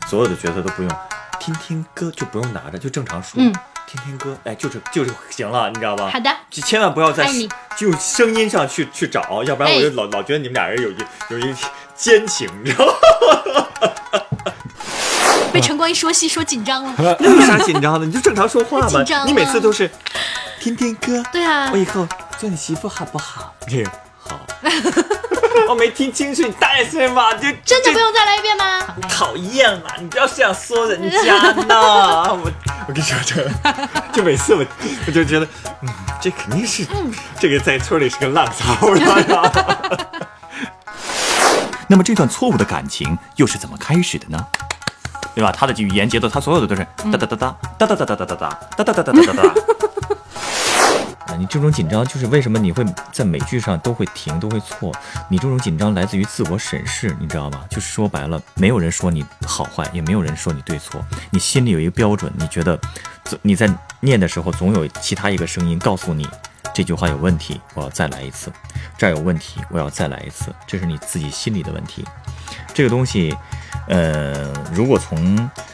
所有的角色都不用听听歌，就不用拿着，就正常说。听听歌，哎，就是行了，你知道吧？ 好的， 就千万不要在就声音上去找，要不然我就老觉得你们俩人有一奸情，你知道吗？ 被陈光一说戏说紧张了。 那有啥紧张的？你就正常说话嘛。你每次都是听听歌。 对啊。 我以后做你媳妇好不好？这个好。我没听清楚，你大声嘛，就真的不用再来一遍吗？ 讨厌嘛，你不要这样说人家呢。我跟你说就每次我就觉得，这肯定是，这个在村里是个烂骚。那么这段错误的感情又是怎么开始的呢？对吧？他的语言节奏，他所有的都是哒哒哒哒哒哒哒哒哒哒哒哒哒哒哒哒哒。你这种紧张就是为什么你会在美剧上都会停都会错？你这种紧张来自于自我审视，你知道吗？就是说白了，没有人说你好坏，也没有人说你对错，你心里有一个标准，你觉得你在念的时候总有其他一个声音告诉你这句话有问题，我要再来一次；这儿有问题，我要再来一次。这是你自己心里的问题。这个东西，如果从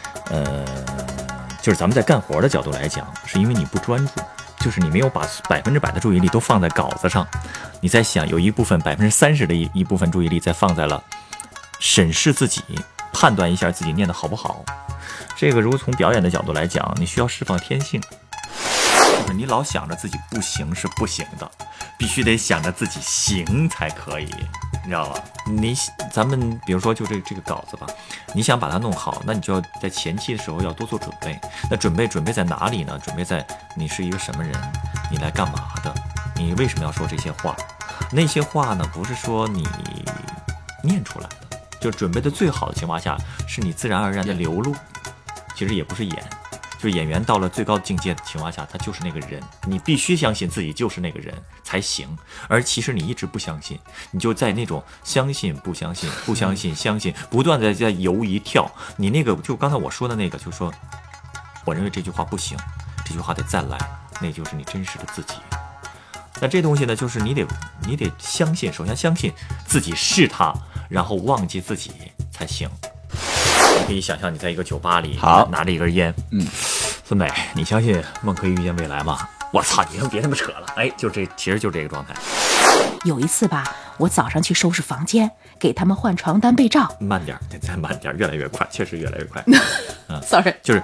就是咱们在干活的角度来讲，是因为你不专注。就是你没有把100%的注意力都放在稿子上，你在想有一部分30%的一部分注意力在放在了审视自己，判断一下自己念得好不好。这个如果从表演的角度来讲，你需要释放天性，就是你老想着自己不行是不行的，必须得想着自己行才可以，你知道吧？咱们比如说就这个稿子吧，你想把它弄好，那你就要在前期的时候要多做准备。那准备在哪里呢？准备在你是一个什么人，你来干嘛的，你为什么要说这些话？那些话呢，不是说你念出来的，就准备的最好的情况下，是你自然而然的流露。其实也不是演，就是演员到了最高境界的情况下，他就是那个人，你必须相信自己就是那个人才行。而其实你一直不相信，你就在那种相信不相信不相信相信，不断的在游移跳。你那个就刚才我说的那个，就是说我认为这句话不行，这句话得再来，那就是你真实的自己。那这东西呢，就是你得相信，首先相信自己是他，然后忘记自己才行。你可以想象你在一个酒吧里，拿着一根烟，孙美，你相信梦可以预见未来吗？我操，你别他妈扯了，哎，其实就这个状态。 有一次吧，我早上去收拾房间，给他们换床单被罩。 慢点，再慢点，越来越快，确实越来越快。 Sorry， 就是。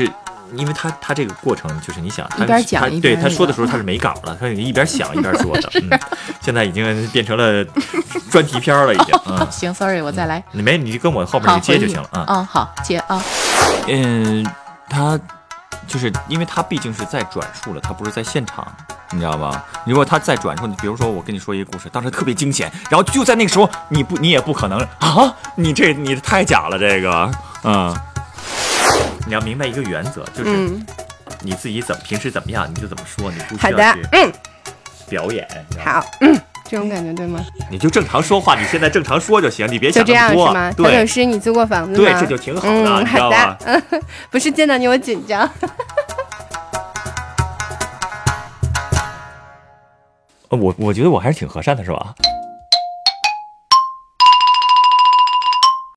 因为他这个过程就是你想， 一边讲一边对他说的时候他是没稿了，他一边想一边说的。现在已经变成了专题片了，已经。 行 ，Sorry， 我再来。 你就跟我后边接就行了啊。 好，接啊。 他就是因为他毕竟是在转述了，他不是在现场，你知道吧？如果他再转述，比如说我跟你说一个故事，当时特别惊险，然后就在那个时候，你也不可能啊，你太假了，这个，你要明白一个原则，就是你自己平时怎么样，你就怎么说，你不需要去表演。 好，这种感觉对吗？ 你就正常说话，你现在正常说就行，你别想就这样是吗？调酒师，你租过房子吗？ 对，这就挺好的，你知道吧？ 不是见到你我紧张。 我觉得我还是挺和善的，是吧？